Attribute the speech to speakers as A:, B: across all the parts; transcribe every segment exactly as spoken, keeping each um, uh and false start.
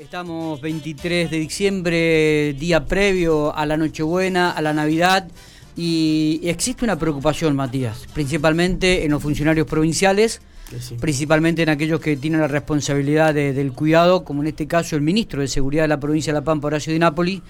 A: Estamos veintitrés de diciembre, día previo a la Nochebuena, a la Navidad, y existe una preocupación, Matías, principalmente en los funcionarios provinciales, sí. principalmente en aquellos que tienen la responsabilidad de, del cuidado, como en este caso el ministro de Seguridad de la provincia de La Pampa, Horacio Di Napoli,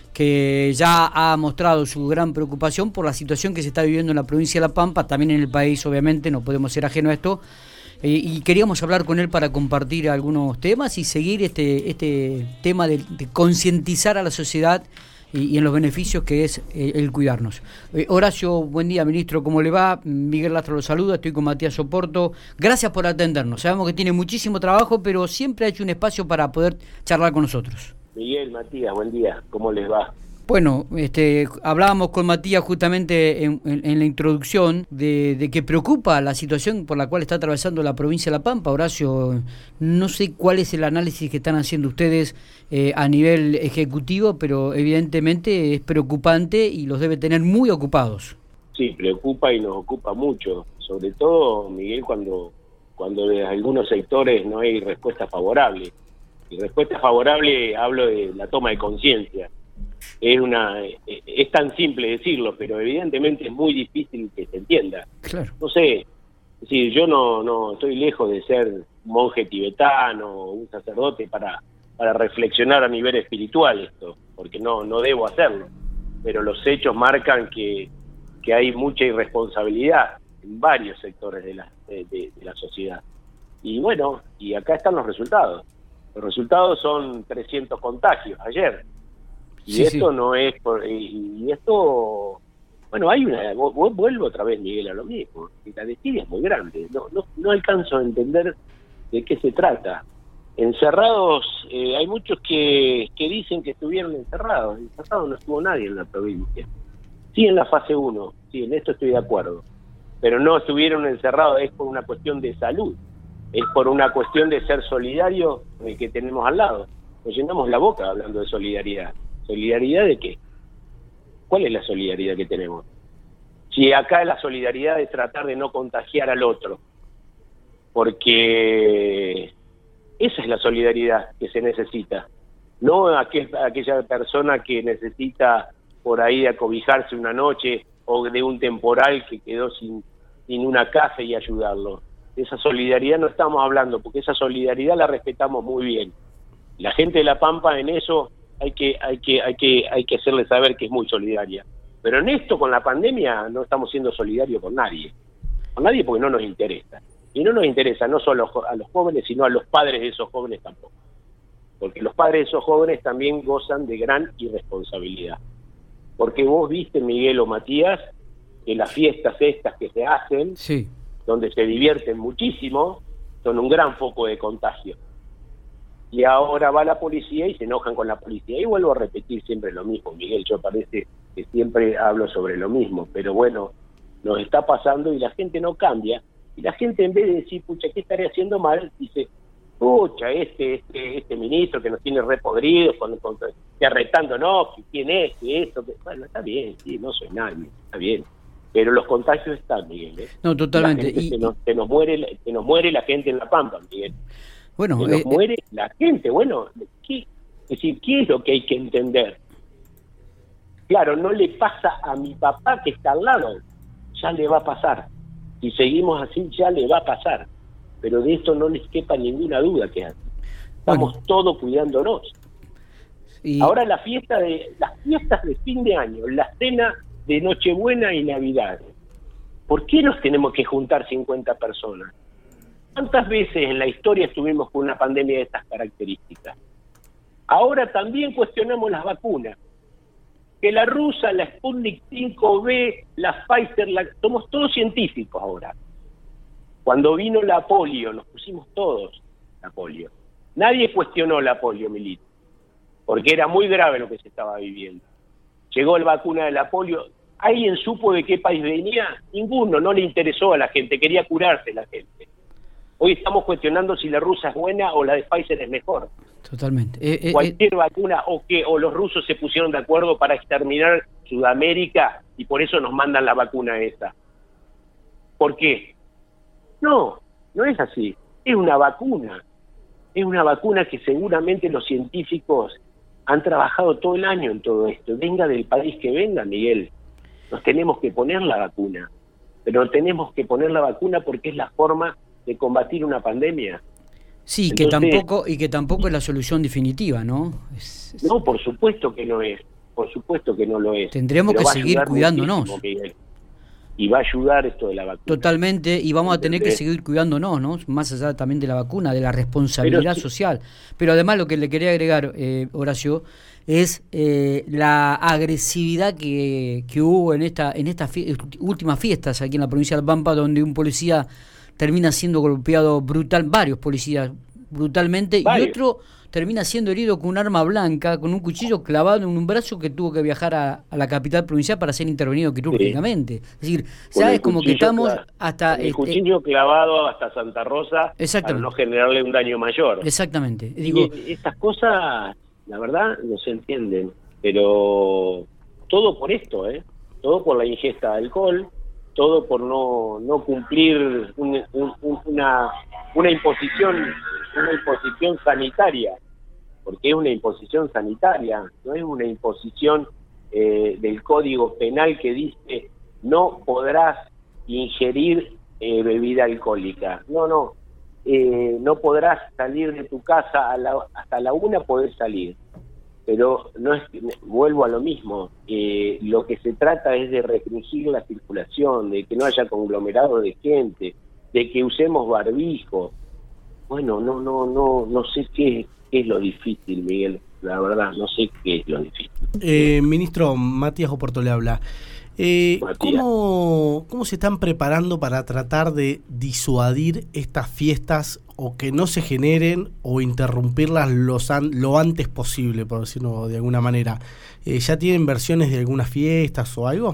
A: que ya ha mostrado su gran preocupación por la situación que se está viviendo en la provincia de La Pampa, también en el país, obviamente, no podemos ser ajenos a esto. Eh, y queríamos hablar con él para compartir algunos temas y seguir este este tema de, de concientizar a la sociedad y, y en los beneficios que es eh, el cuidarnos. Eh, Horacio, buen día, ministro, ¿cómo le va? Miguel Lastro lo saluda, estoy con Matías Soporto. Gracias por atendernos, sabemos que tiene muchísimo trabajo, pero siempre ha hecho un espacio para poder charlar con nosotros.
B: Miguel, Matías, buen día, ¿cómo les va?
A: Bueno, este, hablábamos con Matías justamente en, en, en la introducción de, de que preocupa la situación por la cual está atravesando la provincia de La Pampa. Horacio, no sé cuál es el análisis que están haciendo ustedes eh, a nivel ejecutivo, pero evidentemente es preocupante y los debe tener muy ocupados.
B: Sí, preocupa y nos ocupa mucho, sobre todo, Miguel, cuando, cuando de algunos sectores no hay respuesta favorable. Y respuesta favorable hablo de la toma de conciencia. Es una es tan simple decirlo, pero evidentemente es muy difícil que se entienda.
A: Claro.
B: No sé, es decir, yo no no estoy lejos de ser un monje tibetano o un sacerdote para para reflexionar a nivel espiritual esto, porque no no debo hacerlo. Pero los hechos marcan que que hay mucha irresponsabilidad en varios sectores de la de, de, de la sociedad. Y bueno, y acá están los resultados. Los resultados son trescientos contagios ayer. Y sí, esto sí. no es por, y, y esto bueno hay una vuelvo otra vez, Miguel, a lo mismo, la desidia es muy grande, no no no alcanzo a entender de qué se trata. Encerrados, eh, hay muchos que que dicen que estuvieron encerrados. Encerrados no estuvo nadie en la provincia, sí en la fase uno, sí, en esto estoy de acuerdo, pero no estuvieron encerrados, es por una cuestión de salud, es por una cuestión de ser solidario con el que tenemos al lado. Nos llenamos la boca hablando de solidaridad. ¿Solidaridad de qué? ¿Cuál es la solidaridad que tenemos? Si acá la solidaridad es tratar de no contagiar al otro, porque esa es la solidaridad que se necesita, no aquel, aquella persona que necesita por ahí acobijarse una noche o de un temporal que quedó sin, sin una casa y ayudarlo. De esa solidaridad no estamos hablando, porque esa solidaridad la respetamos muy bien. La gente de La Pampa en eso hay que hay que hay que hay que hacerle saber que es muy solidaria, pero en esto con la pandemia no estamos siendo solidarios con nadie con nadie porque no nos interesa, y no nos interesa no solo a los jóvenes sino a los padres de esos jóvenes tampoco, porque los padres de esos jóvenes también gozan de gran irresponsabilidad, porque vos viste, Miguel o Matías, que las fiestas estas que se hacen,
A: sí, donde
B: se divierten muchísimo, son un gran foco de contagio. Y ahora va la policía y se enojan con la policía. Y vuelvo a repetir siempre lo mismo, Miguel, yo parece que siempre hablo sobre lo mismo, pero bueno, nos está pasando y la gente no cambia. Y la gente, en vez de decir, pucha, ¿qué estaré haciendo mal?, dice, pucha, este este este ministro que nos tiene repodridos, con, con, arretándonos, ¿quién es? ¿Qué esto? Que, bueno, está bien, sí, no soy nadie, está bien. Pero los contagios están, Miguel, ¿eh?
A: No, totalmente.
B: Y
A: y...
B: se, nos, se, nos muere, se nos muere la gente en La Pampa, Miguel.
A: Bueno,
B: se nos
A: eh,
B: muere la gente. Bueno, ¿qué, es decir, ¿qué es lo que hay que entender? Claro, no le pasa a mi papá que está al lado, ya le va a pasar. Si seguimos así, ya le va a pasar. Pero de esto no les quepa ninguna duda que hace. Estamos bueno. todos cuidándonos. Y... Ahora la fiesta de las fiestas de fin de año, la cena de Nochebuena y Navidad. ¿Por qué nos tenemos que juntar cincuenta personas? ¿Cuántas veces en la historia estuvimos con una pandemia de estas características? Ahora también cuestionamos las vacunas. Que la rusa, la Sputnik cinco B, la Pfizer, la... somos todos científicos ahora. Cuando vino la polio, nos pusimos todos la polio. Nadie cuestionó la poliomielitis, porque era muy grave lo que se estaba viviendo. Llegó la vacuna de la polio. ¿Alguien supo de qué país venía? Ninguno, no le interesó a la gente, quería curarse la gente. Hoy estamos cuestionando si la rusa es buena o la de Pfizer es mejor.
A: Totalmente. Eh, eh,
B: Cualquier
A: eh,
B: vacuna, o que o los rusos se pusieron de acuerdo para exterminar Sudamérica y por eso nos mandan la vacuna esa. ¿Por qué? No, no es así. Es una vacuna. Es una vacuna que seguramente los científicos han trabajado todo el año en todo esto. Venga del país que venga, Miguel, nos tenemos que poner la vacuna. Pero tenemos que poner la vacuna porque es la forma de combatir una pandemia.
A: Sí, Entonces, que tampoco y que tampoco es la solución definitiva, ¿no? Es, es...
B: No, por supuesto que no es. Por supuesto que no lo es.
A: Tendremos que seguir cuidándonos.
B: Miguel. Y va a ayudar esto de la vacuna.
A: Totalmente, y vamos a tener que seguir cuidándonos, ¿no? Más allá también de la vacuna, de la responsabilidad Pero, social. Pero además lo que le quería agregar, eh, Horacio, es eh, la agresividad que, que hubo en esta en estas fie- últimas fiestas aquí en la provincia de La Pampa, donde un policía termina siendo golpeado brutal, varios policías brutalmente, ¿Varios? y otro termina siendo herido con un arma blanca, con un cuchillo clavado en un brazo, que tuvo que viajar a, a la capital provincial para ser intervenido quirúrgicamente. Sí. Es decir, ¿sabes? Como que estamos cla- hasta...
B: El
A: este,
B: cuchillo clavado hasta Santa Rosa para no generarle un daño mayor.
A: Exactamente. Digo,
B: y estas cosas, la verdad, no se entienden, pero todo por esto, ¿eh? Todo por la ingesta de alcohol, todo por no no cumplir un, un, una una imposición una imposición sanitaria, porque es una imposición sanitaria, no es una imposición eh, del Código Penal que dice no podrás ingerir eh, bebida alcohólica. No, no, eh, no podrás salir de tu casa a la, hasta la una podés salir. Pero no es, vuelvo a lo mismo, eh, lo que se trata es de restringir la circulación, de que no haya conglomerado de gente, de que usemos barbijo. Bueno, no no no no sé qué, qué es lo difícil, Miguel, la verdad, no sé qué es lo difícil.
C: Eh, ministro, Matías Oporto le habla. Eh, ¿cómo, ¿Cómo se están preparando para tratar de disuadir estas fiestas o que no se generen o interrumpirlas los an, lo antes posible, por decirlo de alguna manera? Eh, ¿Ya tienen versiones de algunas fiestas o algo?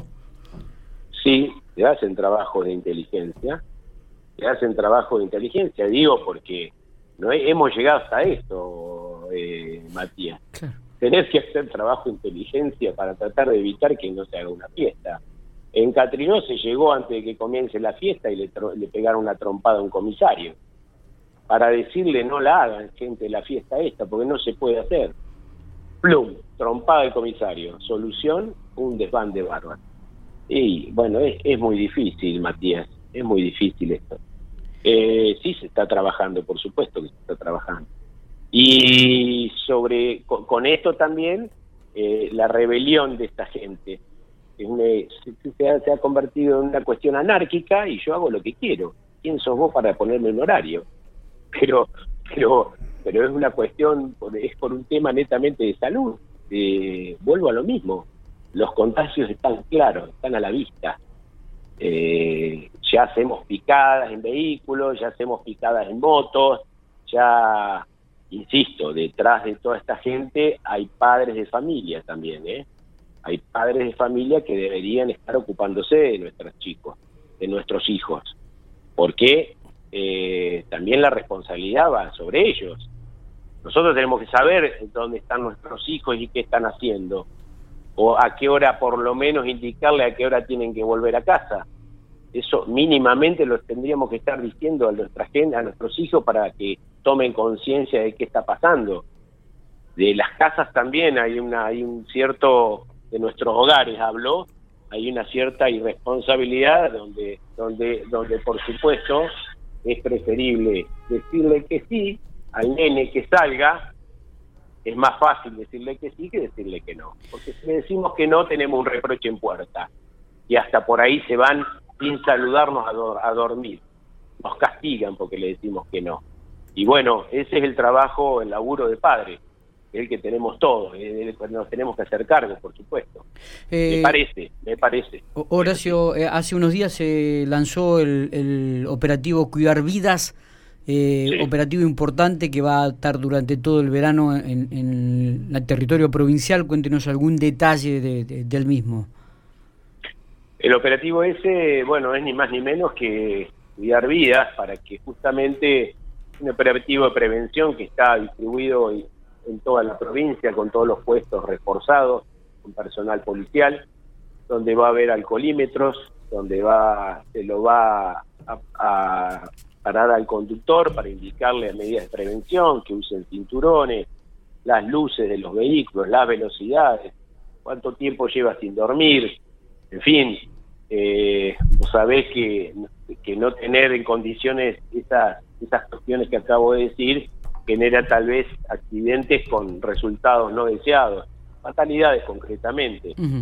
B: Sí, se hacen trabajos de inteligencia, se hacen trabajos de inteligencia, digo porque no he, hemos llegado hasta esto, eh, Matías. Claro. Tenés que hacer trabajo de inteligencia para tratar de evitar que no se haga una fiesta. En Catrinó se llegó antes de que comience la fiesta y le, le pegaron una trompada a un comisario para decirle no la hagan, gente, la fiesta esta, porque no se puede hacer. Plum, trompada al comisario. Solución, un desbande bárbaro. Y bueno, es, es muy difícil, Matías, es muy difícil esto. Eh, sí se está trabajando, por supuesto que se está trabajando. Y sobre con, con esto también, eh, la rebelión de esta gente. Es una, se, se, ha, se ha convertido en una cuestión anárquica y yo hago lo que quiero. ¿Quién sos vos para ponerme un horario? Pero pero pero es una cuestión, es por un tema netamente de salud. Eh, vuelvo a lo mismo. Los contagios están claros, están a la vista. Eh, ya hacemos picadas en vehículos, ya hacemos picadas en motos, ya... Insisto, detrás de toda esta gente hay padres de familia también, ¿eh? Hay padres de familia que deberían estar ocupándose de nuestros chicos, de nuestros hijos, porque eh, también la responsabilidad va sobre ellos. Nosotros tenemos que saber dónde están nuestros hijos y qué están haciendo, o a qué hora, por lo menos indicarle a qué hora tienen que volver a casa. Eso mínimamente lo tendríamos que estar diciendo a nuestra gente, a nuestros hijos, para que tomen conciencia de qué está pasando. De las casas también hay una hay un cierto, de nuestros hogares habló, hay una cierta irresponsabilidad donde donde donde por supuesto es preferible decirle que sí al nene que salga. Es más fácil decirle que sí que decirle que no, porque si le decimos que no tenemos un reproche en puerta y hasta por ahí se van sin saludarnos a, do- a dormir, nos castigan porque le decimos que no. Y bueno, ese es el trabajo, el laburo de padre, el que tenemos todos, el, nos tenemos que hacer cargo, por supuesto. Eh, me parece, me parece.
A: Horacio, eh, hace unos días se lanzó el, el operativo Cuidar Vidas, eh, sí. Operativo importante que va a estar durante todo el verano en, en el territorio provincial. Cuéntenos algún detalle de, de, del mismo.
B: El operativo ese, bueno, es ni más ni menos que cuidar vidas, para que justamente un operativo de prevención que está distribuido en toda la provincia, con todos los puestos reforzados, con personal policial, donde va a haber alcoholímetros, donde va se lo va a, a, parar al conductor para indicarle medidas de prevención, que usen cinturones, las luces de los vehículos, las velocidades, cuánto tiempo lleva sin dormir, en fin, eh, vos sabés que, que no tener en condiciones esas, esas cuestiones que acabo de decir genera tal vez accidentes con resultados no deseados, fatalidades concretamente, uh-huh.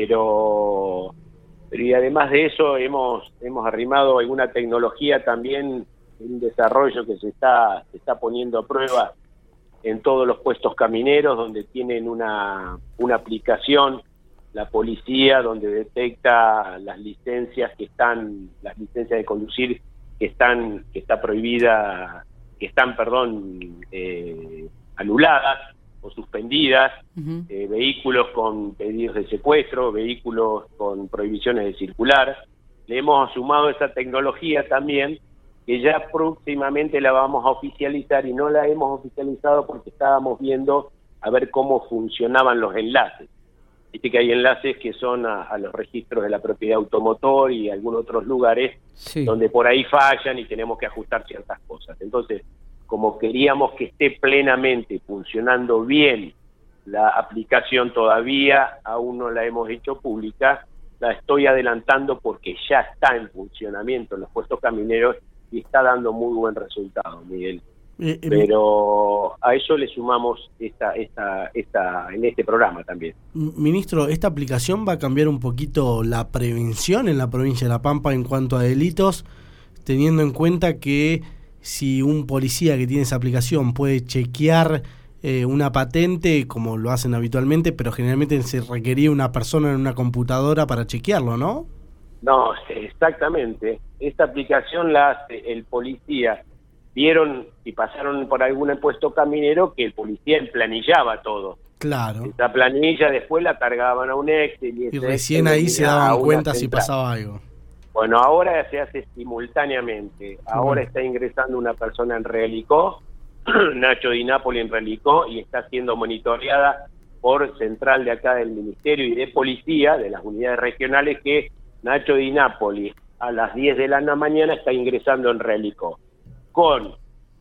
B: pero... Pero y además de eso hemos hemos arrimado alguna tecnología también, un desarrollo que se está se está poniendo a prueba en todos los puestos camineros, donde tienen una una aplicación la policía, donde detecta las licencias que están las licencias de conducir que están que está prohibida que están perdón eh, anuladas o suspendidas, uh-huh. eh, vehículos con pedidos de secuestro, vehículos con prohibiciones de circular. Le hemos sumado esa tecnología también, que ya próximamente la vamos a oficializar, y no la hemos oficializado porque estábamos viendo a ver cómo funcionaban los enlaces. Viste que hay enlaces que son a, a los registros de la propiedad automotor y algunos otros lugares, sí, donde por ahí fallan y tenemos que ajustar ciertas cosas. Entonces, como queríamos que esté plenamente funcionando bien la aplicación, todavía aún no la hemos hecho pública, la estoy adelantando porque ya está en funcionamiento en los puestos camineros y está dando muy buen resultado, Miguel. Eh, eh, Pero a eso le sumamos esta, esta, esta, en este programa también.
C: Ministro, ¿esta aplicación va a cambiar un poquito la prevención en la provincia de La Pampa en cuanto a delitos, teniendo en cuenta que si un policía que tiene esa aplicación puede chequear eh, una patente, como lo hacen habitualmente, pero generalmente se requería una persona en una computadora para chequearlo, ¿no?
B: No, exactamente. Esta aplicación la hace el policía. Vieron, si pasaron por algún puesto caminero, que el policía emplanillaba todo.
C: Claro.
B: Esa planilla después la cargaban a un Excel. Y,
C: y recién ahí se daban cuenta si pasaba algo.
B: Bueno, ahora se hace simultáneamente. Ahora está ingresando una persona en Realicó, Nacho Di Napoli en Realicó, y está siendo monitoreada por central de acá del Ministerio y de Policía, de las unidades regionales, que Nacho Di Napoli a las diez de la mañana está ingresando en Realicó, con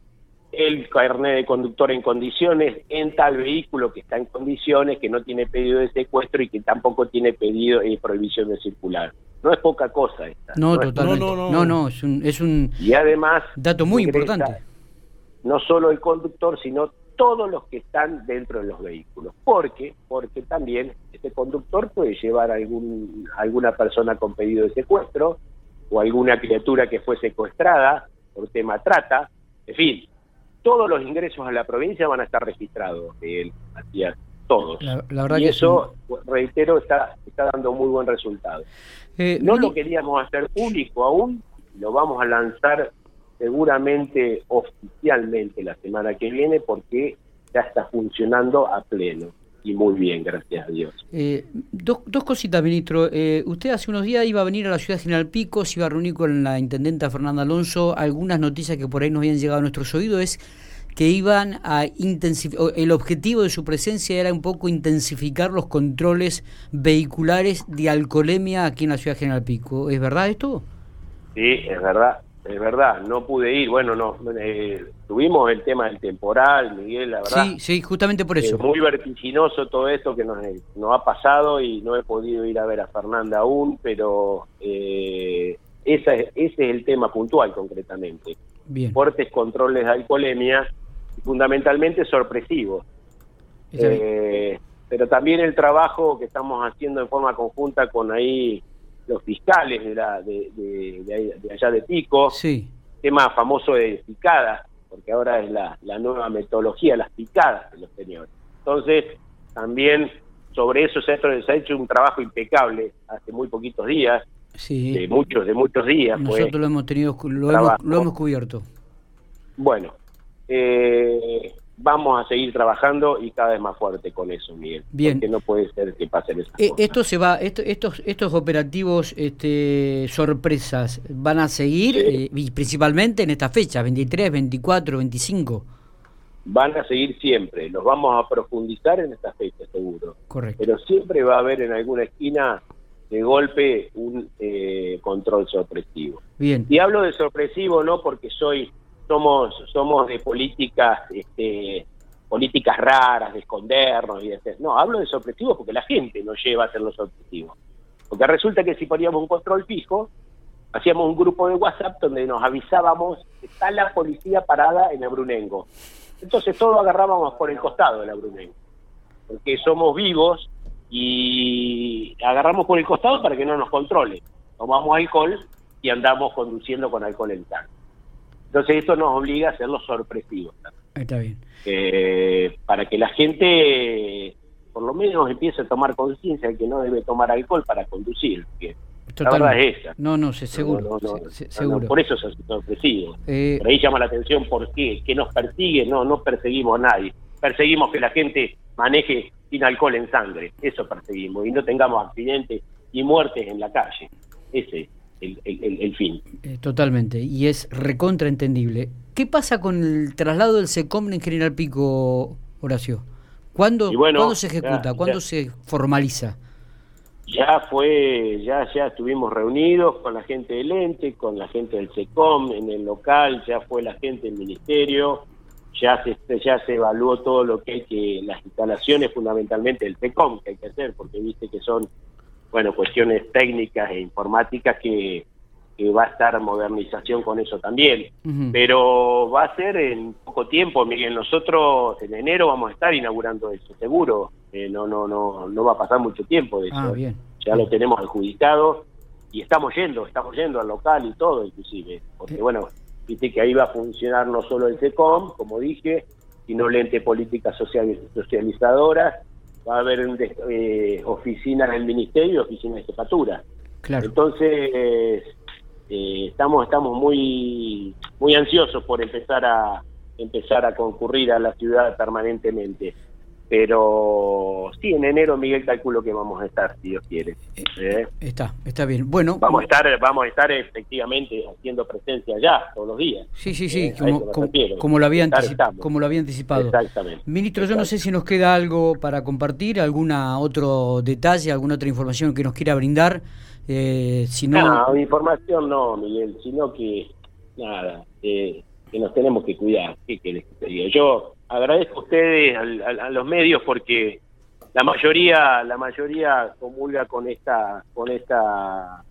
B: el carnet de conductor en condiciones, en tal vehículo que está en condiciones, que no tiene pedido de secuestro y que tampoco tiene pedido de prohibición de circular. No es poca cosa esta.
A: No,
B: no
A: totalmente.
B: Es,
A: no, no, no, no, es un, es un
B: y además,
A: dato muy importante.
B: No solo el conductor, sino todos los que están dentro de los vehículos. ¿Por qué? Porque también este conductor puede llevar algún alguna persona con pedido de secuestro o alguna criatura que fue secuestrada por tema trata. En fin, todos los ingresos a la provincia van a estar registrados de él, Matías. Todos.
A: La, la verdad
B: y
A: que
B: eso,
A: sí,
B: reitero, está, está dando muy buen resultado. Eh, no mini... lo queríamos hacer público aún, lo vamos a lanzar seguramente oficialmente la semana que viene, porque ya está funcionando a pleno y muy bien, gracias a Dios.
A: Eh, dos, dos cositas, ministro. Eh, usted hace unos días iba a venir a la ciudad de General Pico, se iba a reunir con la intendenta Fernanda Alonso. Algunas noticias que por ahí nos habían llegado a nuestros oídos es que iban a intensificar, el objetivo de su presencia era un poco intensificar los controles vehiculares de alcoholemia aquí en la ciudad de General Pico. ¿Es verdad esto?
B: Sí, es verdad, es verdad. No pude ir, bueno, no, eh, tuvimos el tema del temporal, Miguel, la verdad.
A: Sí, sí, justamente por eso.
B: Es muy vertiginoso todo esto que nos, nos ha pasado y no he podido ir a ver a Fernanda aún, pero eh, esa es, ese es el tema puntual concretamente.
A: Bien.
B: Fuertes controles de alcoholemia, fundamentalmente sorpresivos. Eh, pero también el trabajo que estamos haciendo en forma conjunta con ahí los fiscales de, la, de, de, de, de allá de Pico,
A: sí,
B: tema famoso de picadas, porque ahora es la, la nueva metodología, las picadas de los señores. Entonces, también sobre eso se ha, se ha hecho un trabajo impecable hace muy poquitos días,
A: sí,
B: de muchos, de muchos días.
A: Nosotros
B: pues,
A: lo hemos tenido, lo hemos, lo hemos cubierto.
B: Bueno, eh, vamos a seguir trabajando y cada vez más fuerte con eso, Miguel.
A: Bien.
B: Porque no puede ser que pasen esas
A: eh,
B: cosas.
A: Esto se va, esto, estos, estos operativos, este, sorpresas, van a seguir, sí, eh, y principalmente en esta fecha, veintitrés, veinticuatro, veinticinco.
B: Van a seguir siempre, los vamos a profundizar en esta fecha, seguro.
A: Correcto.
B: Pero siempre va a haber en alguna esquina de golpe un eh, control sorpresivo.
A: Bien.
B: Y hablo de sorpresivo no porque soy somos somos de políticas este, políticas raras, de escondernos y de hacer. No, hablo de sorpresivo porque la gente nos lleva a hacer los sorpresivos. Porque resulta que si poníamos un control fijo, hacíamos un grupo de WhatsApp donde nos avisábamos que está la policía parada en el Brunengo. Entonces todos agarrábamos por el costado de la Brunengo, porque somos vivos y agarramos por el costado para que no nos controle. Tomamos alcohol y andamos conduciendo con alcohol en sangre. Entonces esto nos obliga a hacerlo sorpresivo.
A: Está bien.
B: Eh, para que la gente por lo menos empiece a tomar conciencia de que no debe tomar alcohol para conducir. Que la verdad es esa.
A: No, no, seguro. No, no, no, se, seguro.
B: No, por eso es sorpresivo.
A: Eh,
B: por ahí llama la atención por qué, que nos persigue. No, no perseguimos a nadie. Perseguimos que la gente maneje sin alcohol en sangre. Eso perseguimos. Y no tengamos accidentes y muertes en la calle. Ese es el, el, el, el fin.
A: Eh, totalmente. Y es recontraentendible. ¿Qué pasa con el traslado del SECOM en General Pico, Horacio? ¿Cuándo,
B: bueno,
A: ¿cuándo se ejecuta?
B: Ya,
A: ¿Cuándo
B: ya,
A: se formaliza?
B: Ya fue, ya ya estuvimos reunidos con la gente del ente, con la gente del SECOM en el local, ya fue la gente del ministerio, ya se ya se evaluó todo lo que hay que, las instalaciones fundamentalmente del SECOM que hay que hacer, porque viste que son, bueno, cuestiones técnicas e informáticas que, que va a estar modernización con eso también. Uh-huh. Pero va a ser en poco tiempo, Miguel. Nosotros en enero vamos a estar inaugurando eso, seguro. Eh, no no no no va a pasar mucho tiempo de eso.
A: Ah, bien.
B: Ya lo tenemos adjudicado y estamos yendo, estamos yendo al local y todo, inclusive. Porque, eh. bueno, viste que ahí va a funcionar no solo el SECOM, como dije, sino el ente políticas social, socializadoras. Va a haber eh, oficinas del ministerio y oficinas de jefatura.
A: Claro.
B: Entonces... Eh, Eh, estamos estamos muy muy ansiosos por empezar a empezar a concurrir a la ciudad permanentemente, pero sí, en enero, Miguel, calculo que vamos a estar, si Dios quiere.
A: ¿Eh? Está, está bien. Bueno,
B: vamos a estar vamos a estar efectivamente haciendo presencia ya todos los días.
A: Sí, sí, sí, eh, como, como, como, lo había anticip- como lo había anticipado.
B: Exactamente.
A: Ministro,
B: Exacto.
A: Yo no sé si nos queda algo para compartir, alguna otro detalle, alguna otra información que nos quiera brindar. Eh, si no...
B: no, información no, Miguel, sino que nada, eh, que nos tenemos que cuidar. ¿Qué querés que te diga? Yo agradezco a ustedes, a, a, a los medios, porque la mayoría, la mayoría comulga con esta, con esta,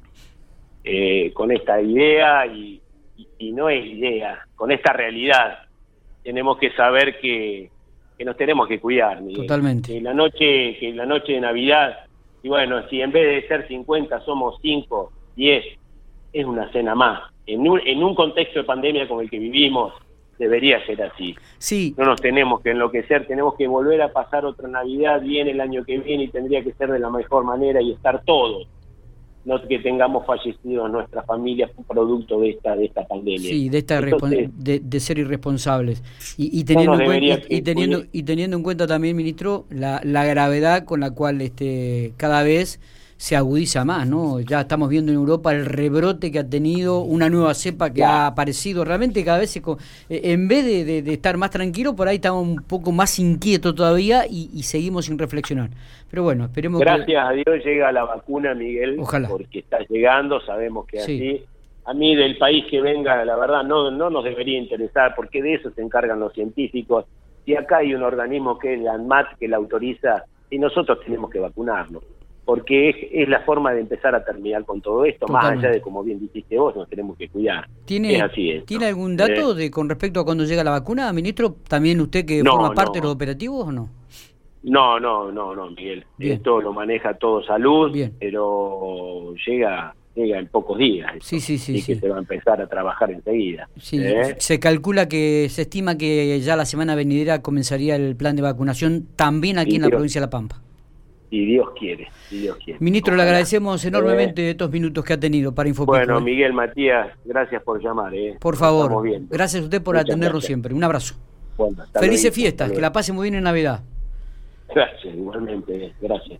B: eh, con esta idea y, y, y no es idea, con esta realidad. Tenemos que saber que, que nos tenemos que cuidar, Miguel.
A: Totalmente.
B: Que la noche, que la noche de Navidad. Y bueno, si en vez de ser cincuenta somos cinco, diez, es una cena más. En un, en un contexto de pandemia como el que vivimos, debería ser así.
A: Sí.
B: No nos tenemos que enloquecer, tenemos que volver a pasar otra Navidad bien el año que viene y tendría que ser de la mejor manera y estar todos. No que tengamos fallecidos nuestras familias producto de esta de esta pandemia.
A: Sí, de esta Entonces, de, de ser irresponsables y, y teniendo no en cuenta, y, y teniendo y teniendo en cuenta también, ministro, la, la gravedad con la cual este cada vez se agudiza más, ¿no? Ya estamos viendo en Europa el rebrote que ha tenido, una nueva cepa que ya ha aparecido. Realmente cada vez se, en vez de, de, de estar más tranquilo, por ahí estamos un poco más inquietos todavía y, y seguimos sin reflexionar. Pero bueno, esperemos.
B: Gracias
A: que...
B: a Dios llega la vacuna, Miguel.
A: Ojalá.
B: Porque está llegando, sabemos que
A: sí.
B: así. A mí del país que venga, la verdad, no, no nos debería interesar, porque de eso se encargan los científicos. Si acá hay un organismo que es la ANMAT que la autoriza, y nosotros tenemos que vacunarnos. Porque es, es la forma de empezar a terminar con todo esto, Totalmente. Más allá de, como bien dijiste vos, nos tenemos que cuidar.
A: ¿Tiene,
B: es así es,
A: ¿tiene algún dato eh, de con respecto a cuando llega la vacuna, ministro? ¿También usted que
B: no,
A: forma parte
B: no.
A: de los operativos o no?
B: No, no, no, no, Miguel.
A: Bien.
B: Esto lo maneja todo salud,
A: bien.
B: Pero llega llega en pocos días. Esto,
A: sí, sí, sí.
B: Y
A: sí.
B: que se va a empezar a trabajar enseguida.
A: Sí.
B: ¿Eh?
A: Se calcula que, se estima que ya la semana venidera comenzaría el plan de vacunación también aquí y en la Dios. provincia de La Pampa.
B: Si Dios quiere, si Dios quiere.
A: Ministro, Ojalá. Le agradecemos enormemente eh, estos minutos que ha tenido para Infopico.
B: Bueno, Miguel, Matías, gracias por llamar. Eh.
A: Por favor, gracias a usted por Muchas atendernos gracias. siempre. Un abrazo.
B: Bueno,
A: Felices luego, fiestas, que la pase muy bien en Navidad.
B: Gracias, igualmente, gracias.